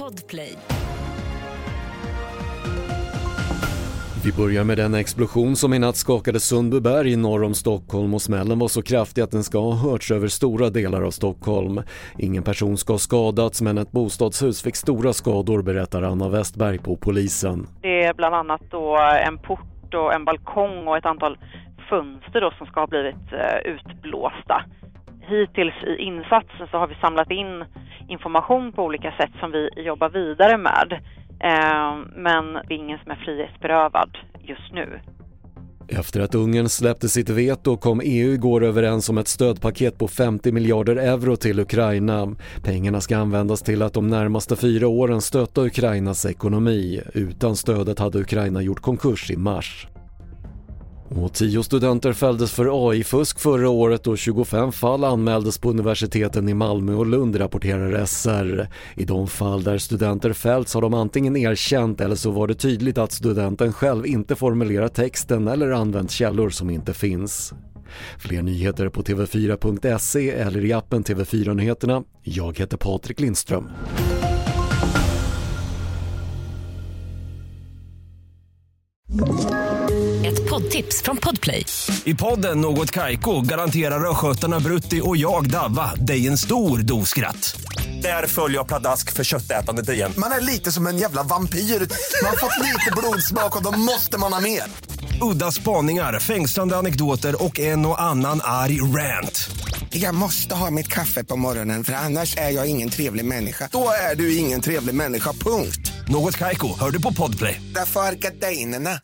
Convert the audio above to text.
Podplay. Vi börjar med den explosion som i natt skakade Sundbyberg norr om Stockholm, och smällen var så kraftig att den ska ha hörts över stora delar av Stockholm. Ingen person ska ha skadats, men ett bostadshus fick stora skador, berättar Anna Westberg på polisen. Det är bland annat då en port och en balkong och ett antal fönster då som ska ha blivit utblåsta. Hittills i insatsen så har vi samlat in information på olika sätt som vi jobbar vidare med. Men det är ingen som är frihetsberövad just nu. Efter att Ungern släppte sitt veto kom EU igår överens om ett stödpaket på 50 miljarder euro till Ukraina. Pengarna ska användas till att de närmaste 4 åren stötta Ukrainas ekonomi. Utan stödet hade Ukraina gjort konkurs i mars. Och 10 studenter fälldes för AI-fusk förra året och 25 fall anmäldes på universiteten i Malmö och Lund, rapporterar SR. I de fall där studenter fällts har de antingen erkänt eller så var det tydligt att studenten själv inte formulerat texten eller använt källor som inte finns. Fler nyheter på tv4.se eller i appen TV4-nyheterna. Jag heter Patrik Lindström. Ett poddtips från Podplay. I podden Något Kaiko garanterar röskötarna Brutti och jag Davva dig en stor doskratt. Där följer jag pladask för köttätandet igen. Man är lite som en jävla vampyr. Man har fått lite blodsmak och då måste man ha mer. Udda spaningar, fängslande anekdoter och en och annan arg rant. Jag måste ha mitt kaffe på morgonen för annars är jag ingen trevlig människa. Då är du ingen trevlig människa, punkt. Något Kaiko, hör du på Podplay. Därför är gardinerna.